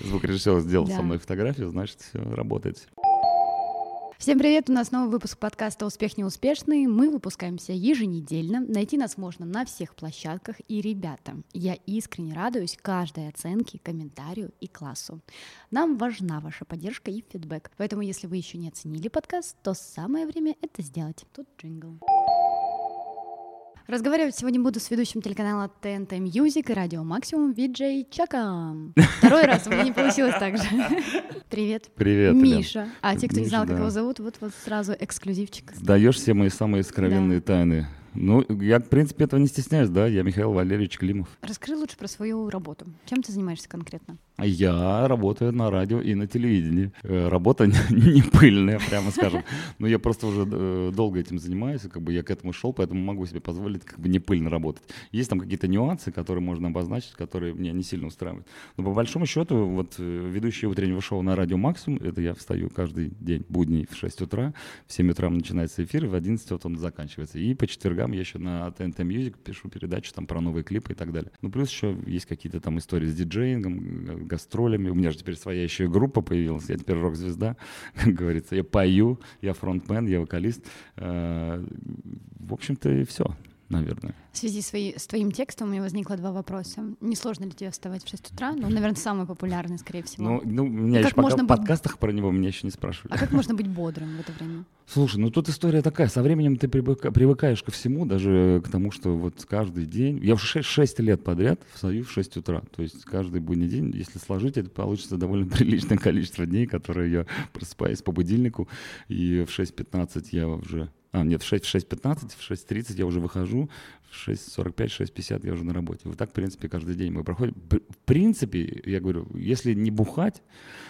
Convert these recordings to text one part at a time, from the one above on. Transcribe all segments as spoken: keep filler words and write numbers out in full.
звукорежиссер сделал Да. со мной фотографию, значит, все работает. Всем привет! У нас новый выпуск подкаста «Успех неуспешный». Мы выпускаемся еженедельно. Найти нас можно на всех площадках. И, ребята, я искренне радуюсь каждой оценке, комментарию и классу. Нам важна ваша поддержка и фидбэк. Поэтому, если вы еще не оценили подкаст, то самое время это сделать. Тут джингл. Разговаривать сегодня буду с ведущим телеканала тэ эн тэ Music и радио Максимум Виджей Чаком. Второй раз у меня не получилось так же. Привет. Привет, Миша. Лен. А те, кто не Миша, знал, как да. его зовут, вот, вот сразу эксклюзивчик. Даешь все мои самые сокровенные Да. тайны. Ну, я, в принципе, этого не стесняюсь, да, я Михаил Валерьевич Климов. Расскажи лучше про свою работу. Чем ты занимаешься конкретно? Я работаю на радио и на телевидении. Э, Работа не пыльная, прямо скажем. Но я просто уже э, долго этим занимаюсь, и как бы я к этому шел, поэтому могу себе позволить как бы не пыльно работать. Есть там какие-то нюансы, которые можно обозначить, которые меня не сильно устраивают. Но по большому счету, вот э, ведущий утреннего шоу на радио Максимум, это я встаю каждый день, будний в шесть утра, в семь утра начинается эфир, и в одиннадцать вот он заканчивается. И по четвергам я еще на тэ эн тэ Music пишу передачу там про новые клипы и так далее. Ну, плюс еще есть какие-то там истории с диджеингом, гастролями. У меня же теперь своя еще группа появилась. Я теперь рок-звезда, как говорится. Я пою, я фронтмен, я вокалист. Э, В общем-то, и все, наверное. В связи с, свои- с твоим текстом у меня возникло два вопроса. Не сложно ли тебе вставать в шесть утра? Ну, наверное, самый популярный, скорее всего. Ну, ну, у меня И еще как пока можно в быть- подкастах про него меня еще не спрашивали. А как можно быть бодрым в это время? Слушай, ну тут история такая. Со временем ты привыка- привыкаешь ко всему, даже к тому, что вот каждый день... Я уже шесть лет подряд встаю в шесть утра. То есть каждый будний день, если сложить, это получится довольно приличное количество дней, которые я просыпаюсь по будильнику, и в шесть пятнадцать я уже... А, нет, в шесть пятнадцать, в шесть тридцать я уже выхожу, в шесть сорок пять, шесть пятьдесят я уже на работе. Вот так, в принципе, каждый день мы проходим. В принципе, я говорю, если не бухать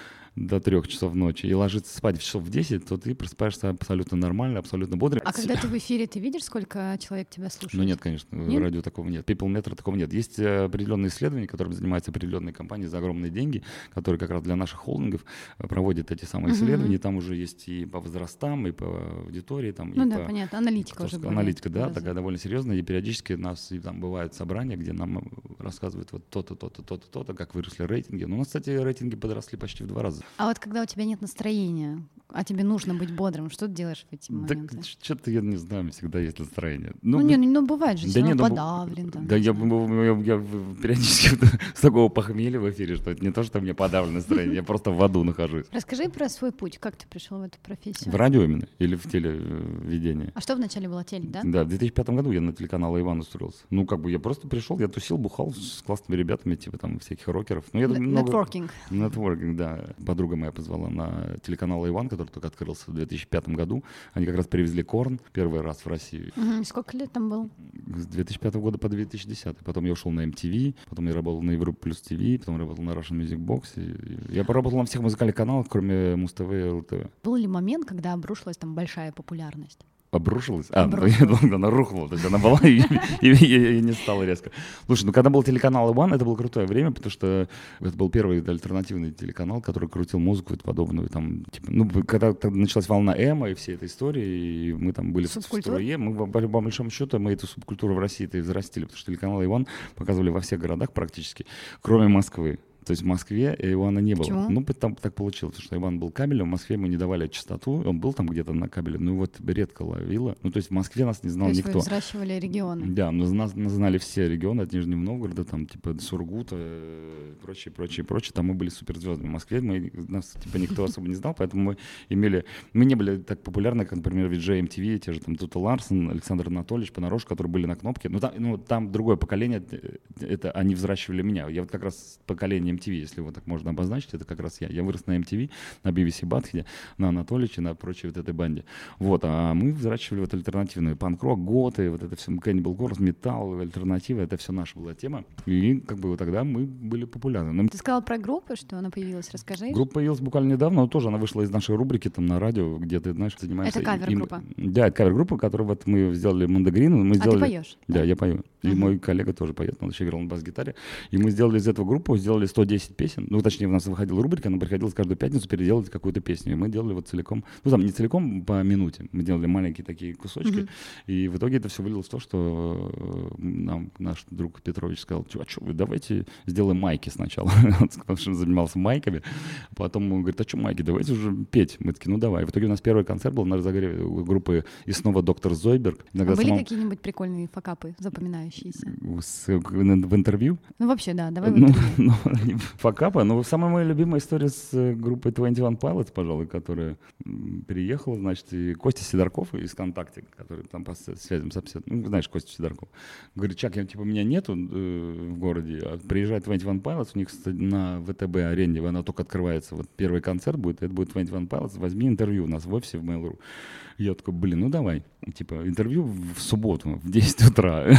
до трех часов ночи и ложиться спать в часов в десять, то ты просыпаешься абсолютно нормально, абсолютно бодрый. А когда ты в эфире, ты видишь, сколько человек тебя слушает? Ну нет, конечно, Нет? в радио такого нет. People-метра такого нет. Есть э, определенные исследования, которыми занимаются определенные компании за огромные деньги, которые как раз для наших холдингов э, проводят эти самые Мгм. исследования. Там уже есть и по возрастам, и по аудитории. Там, Ну и да, по... понятно, аналитика Кто уже сказал, более аналитика, да, развита. такая довольно серьезная. И периодически у нас и там бывают собрания, где нам рассказывают вот то-то, то-то, то-то, то-то, как выросли рейтинги. Ну, у нас, кстати, рейтинги подросли почти в два раза. А вот когда у тебя нет настроения, а тебе нужно быть бодрым, что ты делаешь в эти Да моменты? что-то я не знаю, всегда есть настроение. Ну, не, ну, ну, бывает же, да всё не, равно ну, бу- подавлен. Там, Да не я, знаю. я, я периодически с такого похмелья в эфире, что это не то, что мне подавлено настроение, я просто в аду нахожусь. Расскажи про свой путь, как ты пришел в эту профессию? В радио именно или в телевидении? А что вначале было, телек, да? Да, в две тысячи пятом году я на телеканал Иван устроился. Ну, как бы я просто пришел, я тусил, бухал с классными ребятами, типа там всяких рокеров. Ну, я Н- думаю, много- Нетворкинг. Нетворкинг, да. Подруга моя позвала на телеканал Иван, который только открылся в две тысячи пятом году. Они как раз привезли Корн первый раз в Россию. Мгм. Сколько лет там был? С две тысячи пятого года по две тысячи десятый. Потом я ушел на эм ти ви, потом я работал на Европа Плюс ТВ, потом работал на Russian Music Box. И я поработал на всех музыкальных каналах, кроме Муз-ТВ и эл тэ вэ. Был ли момент, когда обрушилась там большая популярность? Обрушилась? А, ну, я Обрушилась. думал, она рухнула. То есть она была и, и- и- и не стала резко. Слушай, ну когда был телеканал Иван, это было крутое время, потому что это был первый альтернативный телеканал, который крутил музыку и подобную. Там, типа, ну, когда тогда началась волна эмо и всей этой истории, и мы там были в Субкультура? струе. Мы, по, по большому счету, мы эту субкультуру в России-то и взрастили, потому что телеканал Иван показывали во всех городах практически, кроме Москвы. То есть в Москве Ивана не было. Почему? Ну, там так получилось, что Иван был кабелем, в Москве ему не давали частоту, он был там где-то на кабеле, ну вот редко ловило. Ну, то есть в Москве нас не знал То есть никто. вы взращивали регионы? Да, но нас, нас знали все регионы от Нижнего Новгорода, там, типа, Сургута, э, прочее, прочее, прочее. Там мы были суперзвездами. В Москве мы, нас, типа, никто особо не знал, поэтому мы имели... Мы не были так популярны, как, например, Виджей эм ти ви, те же там Тута Ларсон, Александр Анатольевич, Понарош, которые были на кнопке. Ну там, ну, там другое поколение, это они взращивали меня. Я вот как раз поколение эм ти ви, если вот так можно обозначить, это как раз я. Я вырос на эм ти ви, на би би си Батхеде, на Анатольевиче, на прочей вот этой банде. Вот, а мы взращивали вот альтернативную панк-рок, готы, вот это все, Cannibal Corpse, металл, альтернатива, это все наша была тема. И как бы вот тогда мы были популярны. Но Ты сказал про группу, что она появилась, расскажи. группа появилась буквально недавно, но тоже она вышла из нашей рубрики там на радио, где ты, знаешь, занимаешься... Это кавер-группа? им- Да, это кавер-группа, которую вот мы сделали Мондегрин. Мы А ты сделали... поешь? Да, я пою. И uh-huh. мой коллега тоже поет, он еще играл на бас-гитаре. И мы сделали из этого группу, сделали сто десять песен. Ну, точнее, у нас выходила рубрика, нам приходилось каждую пятницу переделать какую-то песню. И мы делали вот целиком, ну, там не целиком, по минуте. Мы делали маленькие такие кусочки. Uh-huh. И в итоге это все вылилось в то, что нам наш друг Петрович сказал: а что, вы давайте сделаем майки сначала. Он сказал, что занимался майками. Потом он говорит: а что майки, давайте уже петь. Мы такие: ну давай. В итоге у нас первый концерт был на разогреве группы «И снова доктор Зойберг». Иногда а были самом... какие-нибудь прикольные факапы, запоминающиеся? С, в интервью? Ну вообще, да, давай в ну, интервью. Ну, факапы. Но самая моя любимая история с группой двадцать один Pilots, пожалуй, которая переехала, значит, и Костя Сидорков из ВКонтакте, который там по связям с обсед... Ну, знаешь, Костя Сидорков. Говорит: Чак, я, типа, меня нету э, в городе, а приезжает двадцать один Pilots, у них на ВТБ-арене, она только открывается, вот первый концерт будет, это будет двадцать один Pilots, возьми интервью у нас в офисе в Mail.ru. Я такой: блин, ну давай. Типа, интервью в субботу в десять утра.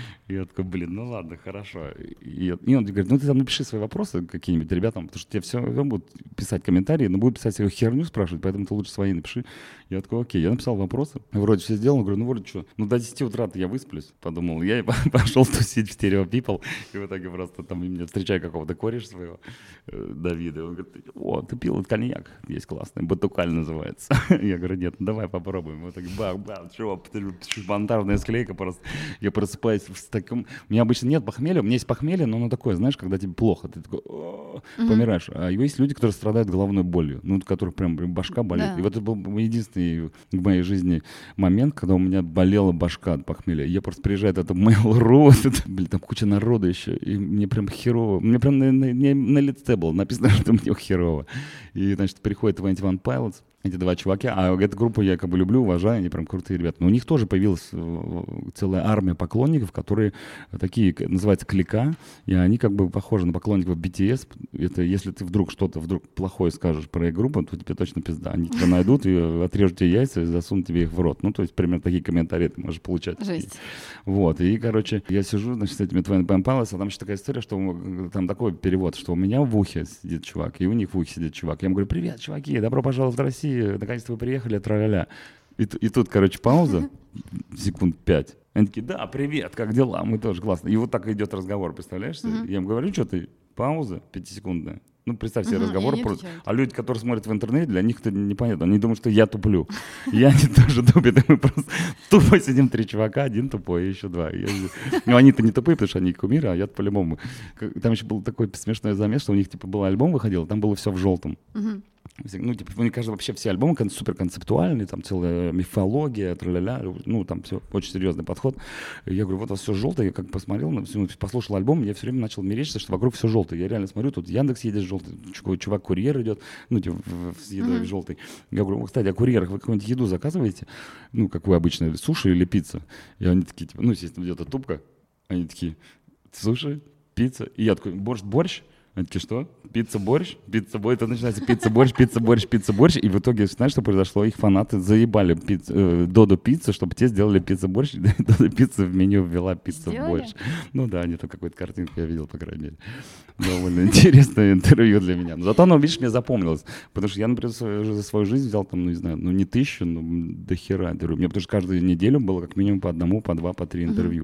Я такой: блин, ну ладно, хорошо. И, и он говорит: ну ты там напиши свои вопросы какие-нибудь ребятам, потому что тебе все равно будут писать комментарии, но будут писать свою херню, спрашивать, поэтому ты лучше свои напиши. Я такой: окей. Я написал вопросы, вроде все сделал, говорю: ну вроде что, ну до десяти утра-то я высплюсь. Подумал я и пошел тусить в Stereo People, и в итоге просто там меня встречаю какого-то кореша своего, Давида, он говорит: о, ты пил коньяк, есть классный, Батукаль называется. Я говорю: нет, ну давай попробуем. Вот так, бах-бах, чего, монтажная склейка просто. Я просыпаюсь в таком... У меня обычно нет похмелья, у меня есть похмелье, но оно такое, знаешь, когда тебе плохо, ты такой mm-hmm. помираешь. А есть люди, которые страдают головной болью, ну, у которых прям башка болит. Yeah. И вот это был единственный в моей жизни момент, когда у меня болела башка от похмелья. Я просто приезжаю, это Mail.ru, это, блин, там куча народа еще, и мне прям херово. Мне прям на, на, на лице было написано, что мне херово. И, значит, приходит двадцать один Pilots, эти два чувака, а эту группу я как бы люблю, уважаю, они прям крутые ребята. Но у них тоже появилась целая армия поклонников, которые такие, называются клика, и они как бы похожи на поклонников би ти эс. Это если ты вдруг что-то вдруг плохое скажешь про их группу, то тебе точно пизда. Они тебя найдут и отрежут тебе яйца и засунут тебе их в рот. Ну, то есть, примерно такие комментарии ты можешь получать. Жесть. Вот, и, короче, я сижу, значит, с этими двадцать один Pilots, а там еще такая история, что там такой перевод, что у меня в ухе сидит чувак, и у них в ухе сидит чувак. Я ему говорю: привет, чуваки, добро пожаловать в Россию. Наконец-то вы приехали, тра-ля-ля. И, и тут, короче, пауза, секунд пять. Они такие: да, привет, как дела? Мы тоже классно. И вот так идет разговор, представляешь? Uh-huh. Я им говорю: что ты, пауза пятисекундная. Ну, представь себе uh-huh, разговор. Про... А люди, которые смотрят в интернете, для них это непонятно. Они думают, что я туплю. Я они тоже тупят. И мы просто тупо сидим, три чувака, один тупой и еще два. Ну, они-то не тупые, потому что они кумиры, а я-то по-любому. Там еще был такой смешной замес, что у них, типа, был альбом выходил, там было все в желтом. Ну, типа, мне кажется, вообще все альбомы супер концептуальные, там целая мифология, тра-ля-ля, ну, там все очень серьезный подход. И я говорю: вот у вас все желтое. Я как посмотрел, послушал альбом, я все время начал мерещиться, что вокруг все желтое. Я реально смотрю, тут Яндекс едет желтый, чувак-курьер идет, ну, типа, с едой uh-huh. желтой. Я говорю: кстати, о курьерах вы какую-нибудь еду заказываете? Ну, как вы обычно, суши или пицца? И они такие, типа, ну, естественно, где-то тупка. Они такие: суши, пицца. И я такой: борщ, борщ? Они такие: что? Пицца, борщ? Пицца, борщ. Это начинается пицца, борщ, пицца, борщ, пицца, борщ. И в итоге, знаешь, что произошло? Их фанаты заебали пиц, э, Додо пиццу, чтобы те сделали пицца, борщ. Додо пицца в меню ввела пицца, борщ. Ну да, они там какую-то картинку я видел, по крайней мере. Довольно интересное интервью для меня. Но зато оно, видишь, мне запомнилось. Потому что я, например, за свою жизнь взял там, ну не знаю, ну не тысячу, но до хера интервью. Мне потому что каждую неделю было как минимум по одному, по два, по три интервью.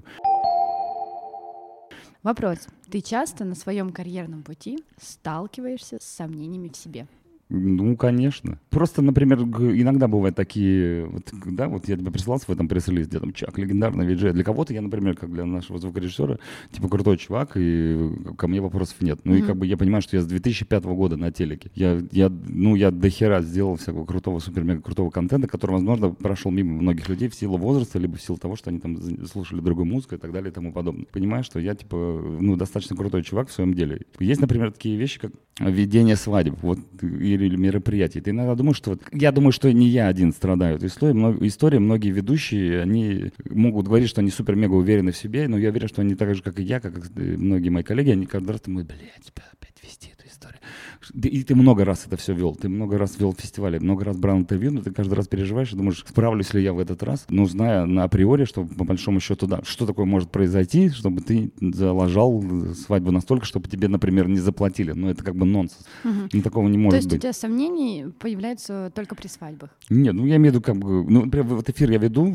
Вопрос. Ты часто на своем карьерном пути сталкиваешься с сомнениями в себе? Ну, конечно. Просто, например, иногда бывают такие, вот, да, вот я тебе прислал в этом пресс-релизе, где там Чак, легендарный виджей. Для кого-то я, например, как для нашего звукорежиссера, типа крутой чувак, и ко мне вопросов нет. Ну, mm-hmm. и как бы я понимаю, что я с две тысячи пятого года на телеке. Я, я, ну, я дохера сделал всякого крутого, супер-мега крутого контента, который, возможно, прошел мимо многих людей в силу возраста, либо в силу того, что они там слушали другую музыку и так далее и тому подобное. Понимаю, что я, типа, ну, достаточно крутой чувак в своем деле. Есть, например, такие вещи, как ведение свадеб, вот, или мероприятий. Ты иногда думаешь, что... Вот, я думаю, что не я один страдаю этой историей. Много, истории, многие ведущие, они могут говорить, что они супер-мега уверены в себе, но я уверен, что они так же, как и я, как и многие мои коллеги, они каждый раз думают: блядь, тебя опять вести эту историю. И ты много раз это все вел, ты много раз вел фестивали, много раз брал интервью, но ты каждый раз переживаешь и думаешь, справлюсь ли я в этот раз, но зная на априори, что по большому счету, да, что такое может произойти, чтобы ты залажал свадьбу настолько, чтобы тебе, например, не заплатили. Ну, это как бы нонсенс. Угу. Ну, такого не может быть. То есть быть. у тебя сомнений появляются только при свадьбах? Нет, ну, я имею в виду, как бы, ну, например, вот эфир я веду,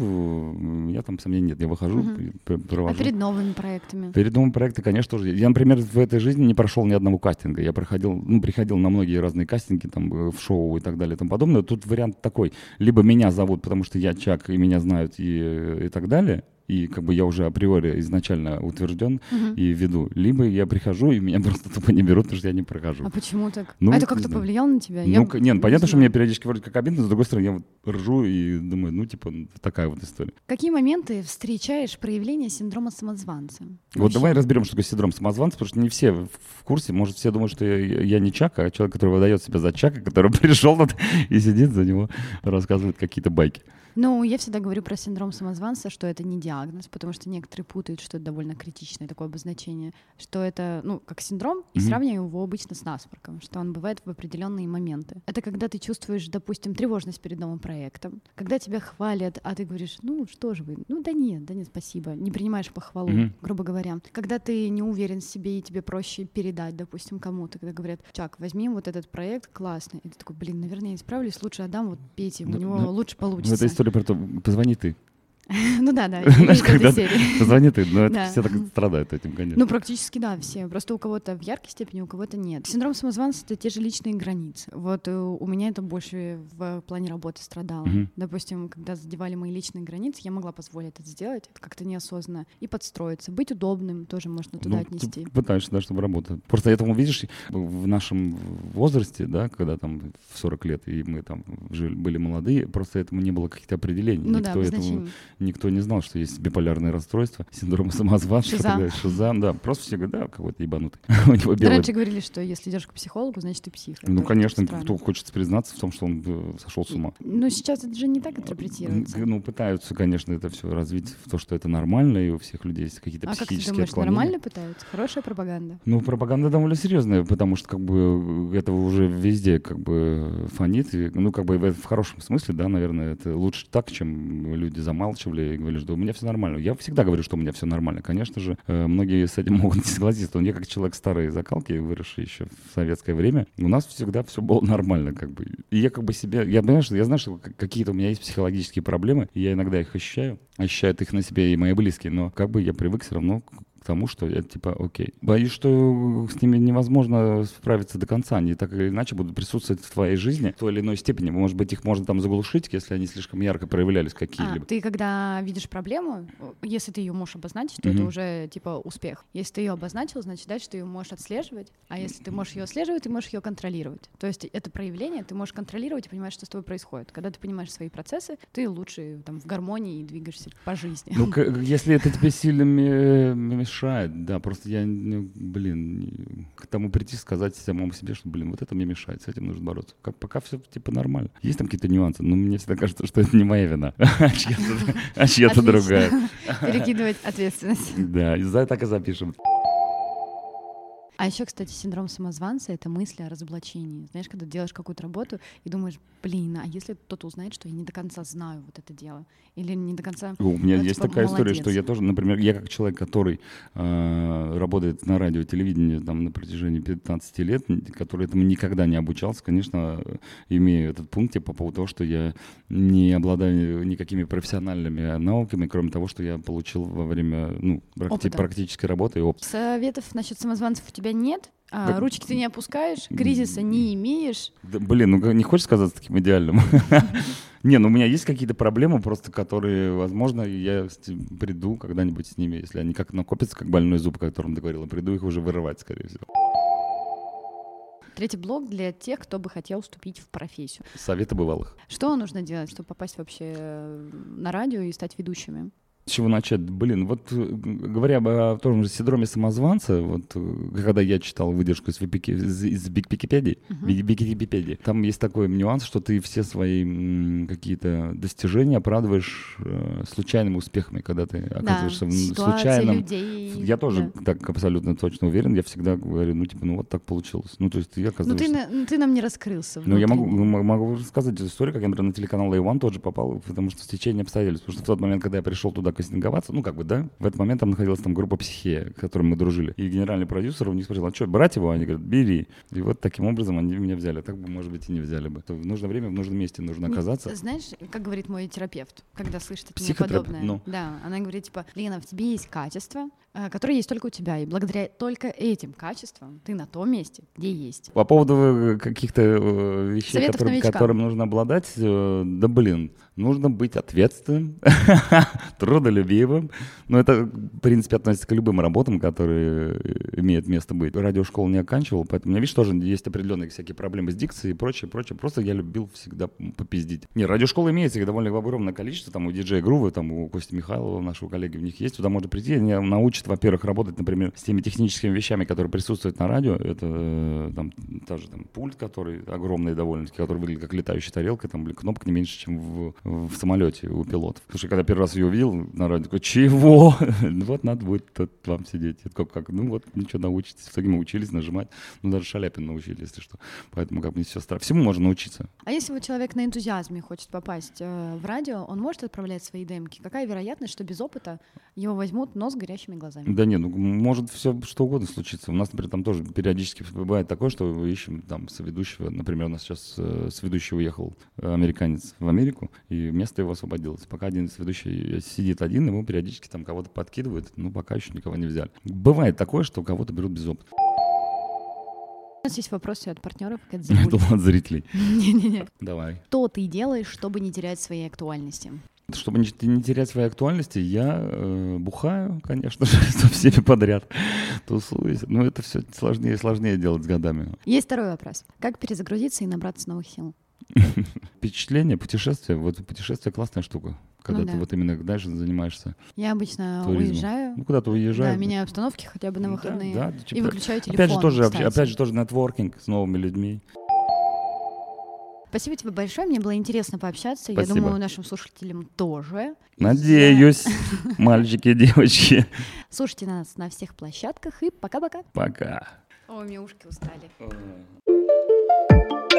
у меня там сомнений нет, я выхожу, угу. провожу. А перед новыми проектами? Перед новыми проектами, конечно, тоже. Я, например, в этой жизни не прошел ни одного кастинга. Я проходил, ну, приходил на многие разные кастинги, там, в шоу и так далее и тому подобное. Тут вариант такой. Либо меня зовут, потому что я Чак, и меня знают, и, и так далее. И как бы я уже априори изначально утвержден uh-huh. и веду. Либо я прихожу, и меня просто тупо не берут, потому что я не прохожу. А почему так? Ну, а это как-то повлияло на тебя? Ну, я... нет, понятно, не что знаю. мне периодически вроде как обидно, но с другой стороны, я вот ржу и думаю, ну, типа, такая вот история. Какие моменты встречаешь проявления синдрома самозванца? Вот Вообще? Давай разберем, что такое синдром самозванца, потому что не все в курсе, может, все думают, что я, я не Чак, а человек, который выдает себя за Чака, который пришел тут и сидит за него, рассказывает какие-то байки. Ну, я всегда говорю про синдром самозванца, что это не диагноз, потому что некоторые путают, что это довольно критичное такое обозначение, что это, ну, как синдром, и mm-hmm. сравниваю его обычно с насморком, что он бывает в определенные моменты. Это когда ты чувствуешь, допустим, тревожность перед новым проектом, когда тебя хвалят, а ты говоришь, ну, что же вы, ну, да нет, да нет, спасибо, не принимаешь похвалу, mm-hmm. грубо говоря. Когда ты не уверен в себе, и тебе проще передать, допустим, кому-то, когда говорят, Чак, возьми вот этот проект классный, и ты такой, блин, наверное, я не справлюсь, лучше отдам вот Пете, у ну, него ну, лучше получится. Про то, позвони ты. Ну да, да. Знаешь, когда позвони ты, но это да. все так страдают этим, конечно. Ну, практически, да, все. Просто у кого-то в яркой степени, у кого-то нет. Синдром самозванца — это те же личные границы. Вот у меня это больше в плане работы страдало. Uh-huh. Допустим, когда задевали мои личные границы, я могла позволить это сделать, это как-то неосознанно, и подстроиться. Быть удобным тоже можно туда ну, отнести. Ты пытаешься, да, чтобы работать. Просто этому, видишь, в нашем возрасте, да, когда там в сорок лет, и мы там жили, были молодые, просто этому не было каких-то определений. Ну Никто да, этому, никто не знал, что есть биполярное расстройство, синдром самозванца, Шиза. Шиза, да, просто все говорят, да, какой-то ебанутый. Да, раньше говорили, что если идешь к психологу, значит, ты псих. Ну, это конечно, кто хочет признаться в том, что он сошел с ума. Ну, сейчас это же не так интерпретируется. Ну, пытаются, конечно, это все развить в то, что это нормально, и у всех людей есть какие-то а психические как ты думаешь, отклонения. Нормально пытаются? Хорошая пропаганда? Ну, пропаганда довольно серьезная, потому что как бы этого уже везде как бы фонит. И, ну, как бы в хорошем смысле, да, наверное, это лучше так, чем люди замалчивали и говорили, что у меня все нормально. Я всегда говорю, что у меня все нормально. Конечно же, многие с этим могут не согласиться. Но я как человек старой закалки, выросший еще в советское время, у нас всегда все было нормально, как бы. И я как бы себе, я понимаю, что я знаю, что какие-то у меня есть психологические проблемы, и я иногда их ощущаю, ощущают их на себе и мои близкие, но как бы я привык все равно к тому, что это типа окей. Боюсь, что с ними невозможно справиться до конца. Они так или иначе будут присутствовать в твоей жизни в той или иной степени. Может быть, их можно там заглушить, если они слишком ярко проявлялись какие-либо. А, ты когда видишь проблему, если ты ее можешь обозначить, то mm-hmm. это уже типа успех. Если ты ее обозначил, значит дальше ты ее можешь отслеживать. А если ты можешь ее отслеживать, ты можешь ее контролировать. То есть это проявление ты можешь контролировать и понимаешь, что с тобой происходит. Когда ты понимаешь свои процессы, ты лучше там в гармонии и двигаешься по жизни. Ну, если это тебе сильно мешает, да, просто я, ну, блин, к тому прийти, сказать самому себе, что, блин, вот это мне мешает, с этим нужно бороться. Как, пока все, типа, нормально. Есть там какие-то нюансы, но мне всегда кажется, что это не моя вина, а чья-то другая. Перекидывать ответственность. Да, и за так и запишем. А еще, кстати, синдром самозванца — это мысли о разоблачении. Знаешь, когда делаешь какую-то работу и думаешь, блин, а если кто-то узнает, что я не до конца знаю вот это дело? Или не до конца... У меня ну, есть типа, такая молодец. история, что я тоже, например, я как человек, который э, работает на радио, телевидении там, на протяжении пятнадцати лет, который этому никогда не обучался, конечно, имею этот пункт по поводу того, что я не обладаю никакими профессиональными науками, кроме того, что я получил во время ну, практи- практической работы и опыта. Советов насчет самозванцев у тебя нет? А, да. Ручки ты не опускаешь, кризиса не имеешь. Да, блин, ну не хочешь казаться таким идеальным? Не, ну у меня есть какие-то проблемы просто, которые, возможно, я приду когда-нибудь с ними, если они как накопятся, как больной зуб, о котором ты говорила, приду их уже вырывать, скорее всего. Третий блок для тех, кто бы хотел вступить в профессию. Советы бывалых. Что нужно делать, чтобы попасть вообще на радио и стать ведущими? С чего начать? Блин, вот говоря о том же синдроме самозванца, вот когда я читал выдержку из, Вики, из, из Википедии, uh-huh. Википедии, там есть такой нюанс, что ты все свои м, какие-то достижения оправдываешь э, случайными успехами, когда ты оказываешься да, в случайном. Людей, я тоже да. так абсолютно точно уверен, я всегда говорю, ну типа, ну вот так получилось. Ну то есть ты оказываешься. Ну ты, ты нам не раскрылся. Ну я могу, могу рассказать эту историю, как я, например, на телеканал Иван тоже попал, потому что в течение обстоятельств, потому что в тот момент, когда я пришел туда кастинговаться, ну, как бы, да, в этот момент там находилась там группа «Психея», с которой мы дружили. И генеральный продюсер у них спросил, а что, брать его? Они говорят, бери. И вот таким образом они меня взяли. А так бы, может быть, и не взяли бы. В нужное время, в нужном месте нужно оказаться. Не, знаешь, как говорит мой терапевт, когда слышит от меня подобное. Ну. Да, она говорит, типа, Лена, в тебе есть качества, которые есть только у тебя. И благодаря только этим качествам ты на том месте, где есть. По поводу каких-то вещей, которым, которым нужно обладать, да блин, нужно быть ответственным, трудолюбивым. Но это, в принципе, относится к любым работам, которые имеют место быть. Радиошколу не оканчивал, поэтому у меня, видишь, тоже есть определенные всякие проблемы с дикцией и прочее, прочее. Просто я любил всегда попиздить. Не, радиошкола имеется, их довольно огромное количество. Там у диджея Грувы, там у Кости Михайлова, нашего коллеги, у них есть. Туда можно прийти, они научат, во-первых, работать, например, с теми техническими вещами, которые присутствуют на радио. Это там тоже там пульт, который огромный довольно-таки, который выглядит как летающая тарелка, там, блин, кнопок не меньше, чем в, в самолете у пилотов. Потому что когда первый раз ее увидел на радио, такой, чего? Вот надо будет тут вам сидеть. Это как, как, ну вот, ничего, научитесь. В итоге мы учились нажимать. Ну, даже Шаляпин научили, если что. Поэтому как бы все страшно. Всему можно научиться. А если вот человек на энтузиазме хочет попасть э, в радио, он может отправлять свои демки? Какая вероятность, что без опыта его возьмут, но с горящими глазами? Да нет, ну, может все что угодно случиться. У нас, например, там тоже периодически бывает такое, что мы ищем там соведущего. Например, у нас сейчас э, соведущий уехал, э, американец, в Америку, и место его освободилось. Пока один соведущий сидит один, ему периодически там кого-то подкидывают, но пока еще никого не взяли. Бывает такое, что кого-то берут без опыта. У нас есть вопросы от партнеров, от от зрителей. Не-не-не. Давай. Что ты делаешь, чтобы не терять своей актуальности? Чтобы не, не терять своей актуальности, я э, бухаю, конечно же, со всеми подряд тусуюсь. Но это все сложнее и сложнее делать с годами. Есть второй вопрос. Как перезагрузиться и набраться новых сил? Впечатление, путешествие. Вот путешествие классная штука. Когда ну, ты да. вот именно дальше занимаешься. Я обычно туризмом. уезжаю. Ну, куда-то уезжаю. Да, меняю обстановки хотя бы на выходные. Да, да, и типа, выключаю телефон. Опять же, тоже, опять же, тоже нетворкинг с новыми людьми. Спасибо тебе большое, мне было интересно пообщаться. Спасибо. Я думаю, нашим слушателям тоже. Надеюсь, мальчики и девочки. Слушайте нас на всех площадках и пока-пока. Пока. Ой, у меня ушки устали.